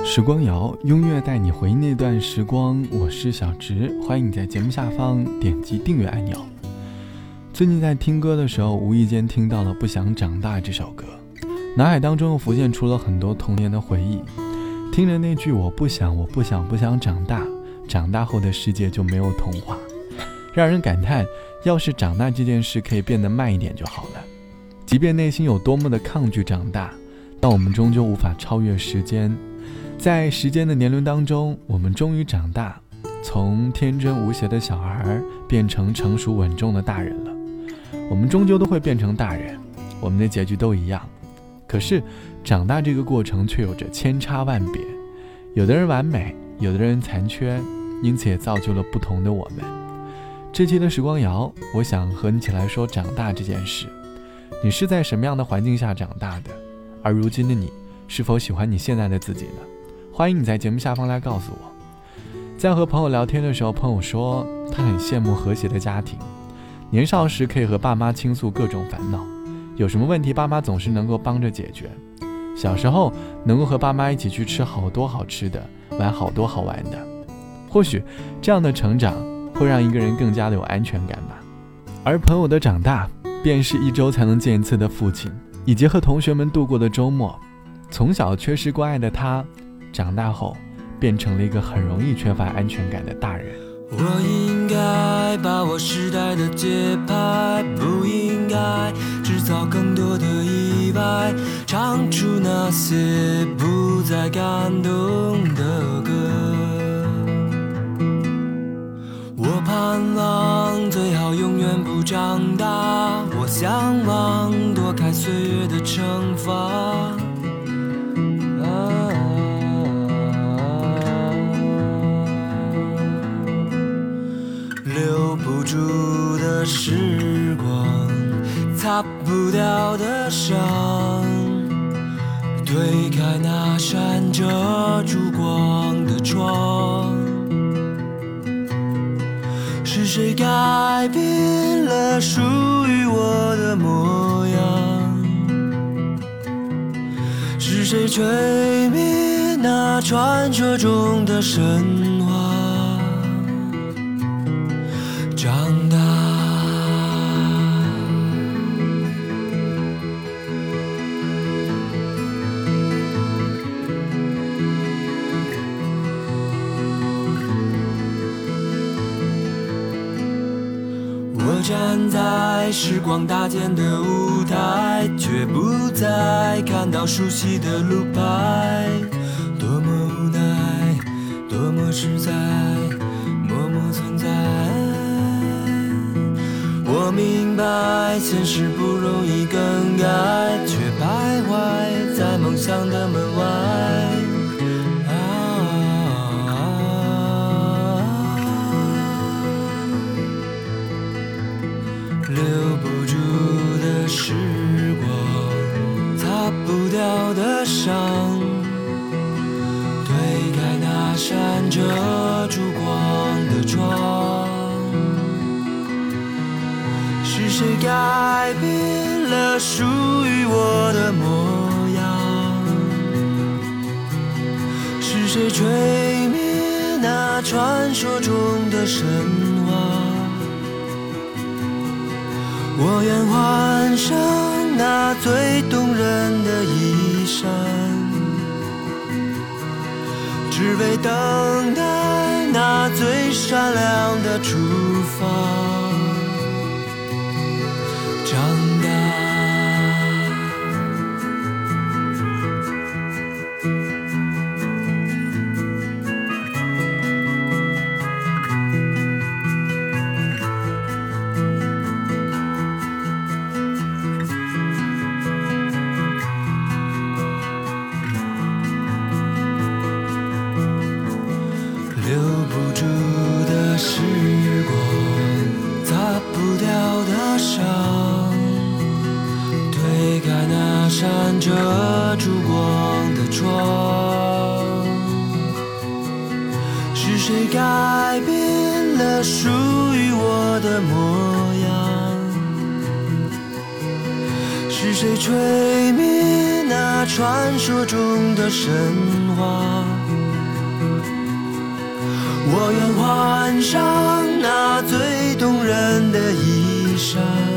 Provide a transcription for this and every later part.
时光谣，音乐带你回忆那段时光，我是小直，欢迎你在节目下方点击订阅按钮。最近在听歌的时候，无意间听到了《不想长大》这首歌，脑海当中又浮现出了很多童年的回忆。听着那句我不想长大，长大后的世界就没有童话，让人感叹，要是长大这件事可以变得慢一点就好了。即便内心有多么的抗拒长大，但我们终究无法超越时间。在时间的年轮当中，我们终于长大，从天真无邪的小孩变成成熟稳重的大人了。我们终究都会变成大人，我们的结局都一样。可是长大这个过程却有着千差万别，有的人完美，有的人残缺，因此也造就了不同的我们。这期的时光谣，我想和你一起来说长大这件事。你是在什么样的环境下长大的？而如今的你，是否喜欢你现在的自己呢？欢迎你在节目下方来告诉我。在和朋友聊天的时候，朋友说他很羡慕和谐的家庭，年少时可以和爸妈倾诉各种烦恼，有什么问题爸妈总是能够帮着解决。小时候能够和爸妈一起去吃好多好吃的，玩好多好玩的，或许这样的成长会让一个人更加的有安全感吧。而朋友的长大，便是1周才能见一次的父亲，以及和同学们度过的周末。从小缺失关爱的他，长大后变成了一个很容易缺乏安全感的大人。 我应该把握时代的节拍，不应该制造更多的意外，唱出那些不再感动的歌。我盼望最好永远不长大，我向往躲开岁月的惩罚。留不住的时光，擦不掉的伤，推开那扇遮住光的窗。是谁改变了属于我的模样？是谁吹灭那传说中的神话？长大，我站在时光搭建的舞台，却不再看到熟悉的路牌。多么无奈，多么实在，默默存在。我明白现实不容易更改，却徘徊在梦想的门外。留不住的时光，擦不掉的伤，推开那扇遮住光的窗。是谁改变了属于我的模样？是谁吹灭那传说中的神话？我愿换上那最动人的衣衫，只为等待那最闪亮的出发。长大，留不住的时光，擦不掉的伤，推开那扇遮住光的窗。是谁改变了属于我的模样？是谁吹灭那传说中的神话？ 我愿换上那最动人的衣衫，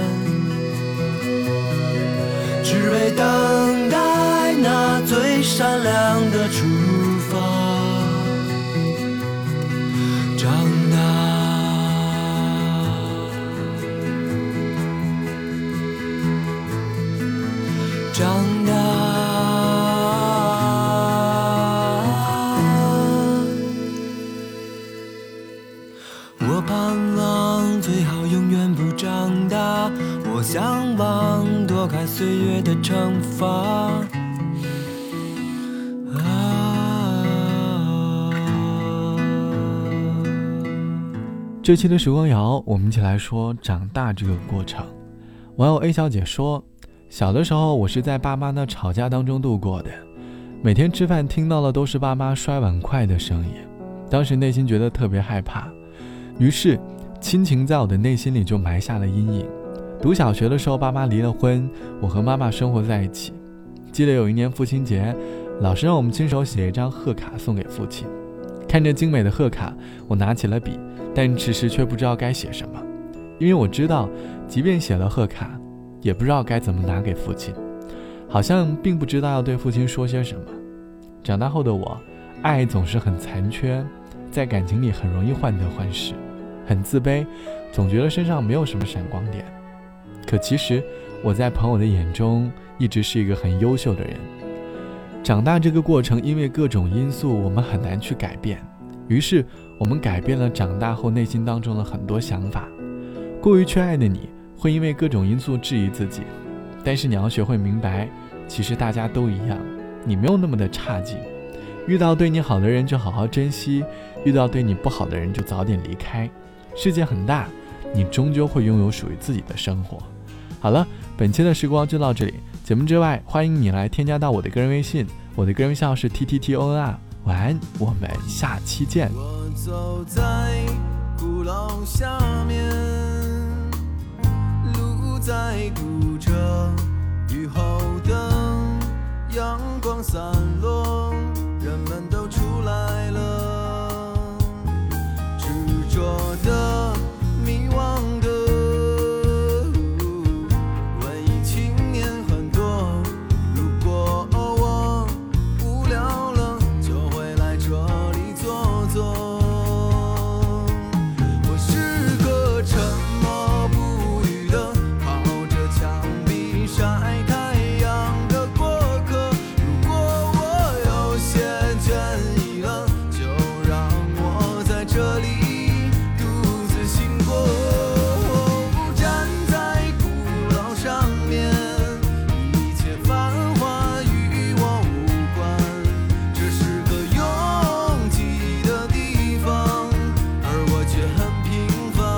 只为等待那最闪亮的出发。长大，长大。我盼望最好永远不长大，我向往躲开岁月的惩罚。 这期的时光谣，我们一起来说长大这个过程。网友 A 小姐说，小的时候我是在爸妈的吵架当中度过的，每天吃饭听到的都是爸妈摔碗筷的声音，当时内心觉得特别害怕，于是亲情在我的内心里就埋下了阴影。读小学的时候，爸妈离了婚，我和妈妈生活在一起。记得有一年父亲节，老师让我们亲手写一张贺卡送给父亲。看着精美的贺卡，我拿起了笔，但迟迟却不知道该写什么，因为我知道即便写了贺卡，也不知道该怎么拿给父亲，好像并不知道要对父亲说些什么。长大后的我，爱总是很残缺，在感情里很容易患得患失，很自卑，总觉得身上没有什么闪光点。可其实我在朋友的眼中一直是一个很优秀的人。长大这个过程，因为各种因素我们很难去改变，于是我们改变了长大后内心当中的很多想法。过于缺爱的你会因为各种因素质疑自己，但是你要学会明白，其实大家都一样，你没有那么的差劲。遇到对你好的人就好好珍惜，遇到对你不好的人就早点离开。世界很大，你终究会拥有属于自己的生活。好了，本期的时光就到这里。节目之外，欢迎你来添加到我的个人微信，我的个人微信号是 TTTONR。晚安，我们下期见。 我走在鼓楼下面，路在堵着，雨后灯，阳光散落，人们都出来了，执着的，迷惘的，文艺青年很多。如果我无聊了，就会来这里坐坐。我是个沉默不语的，靠着墙壁晒太阳的过客。如果我有些倦意了，就让我在这里独自行过。站在鼓楼上面，一切繁华与我无关。这是个拥挤的地方，而我却很平凡。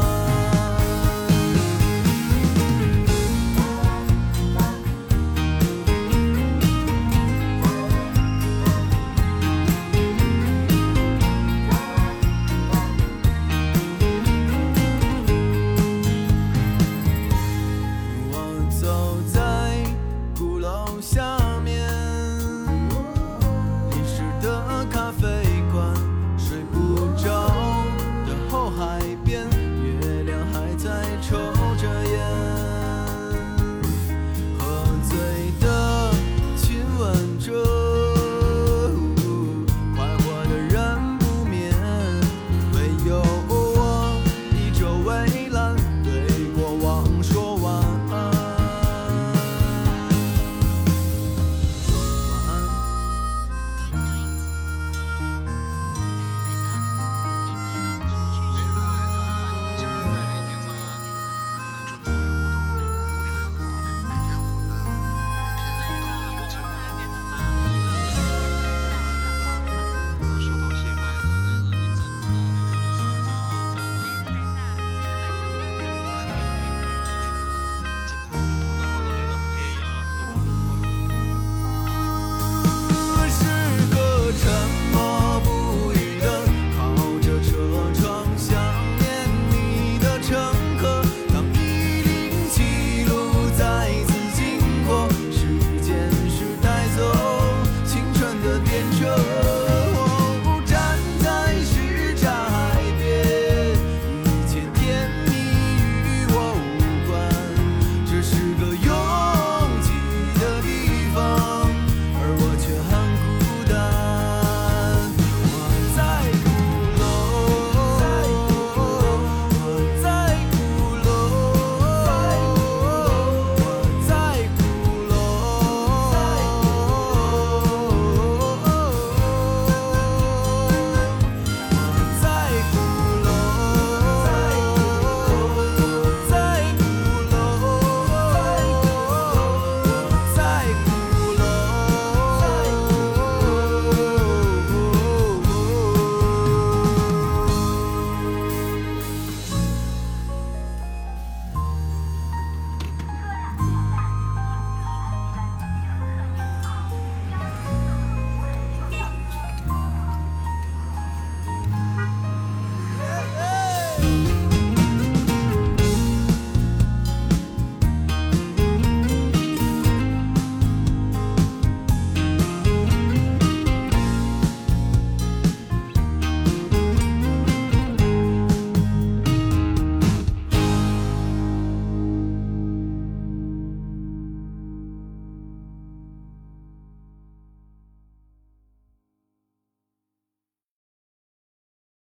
我走在鼓楼下面，遗失的咖啡馆，睡不着的后海边，月亮还在抽着烟，喝醉的亲吻着，快活的人不眠，唯有我倚着围栏，对过往说晚安。晚安。我是个沉默不语的，靠着车窗想念你的乘客。当107路再次经过，时间是带走青春的电车。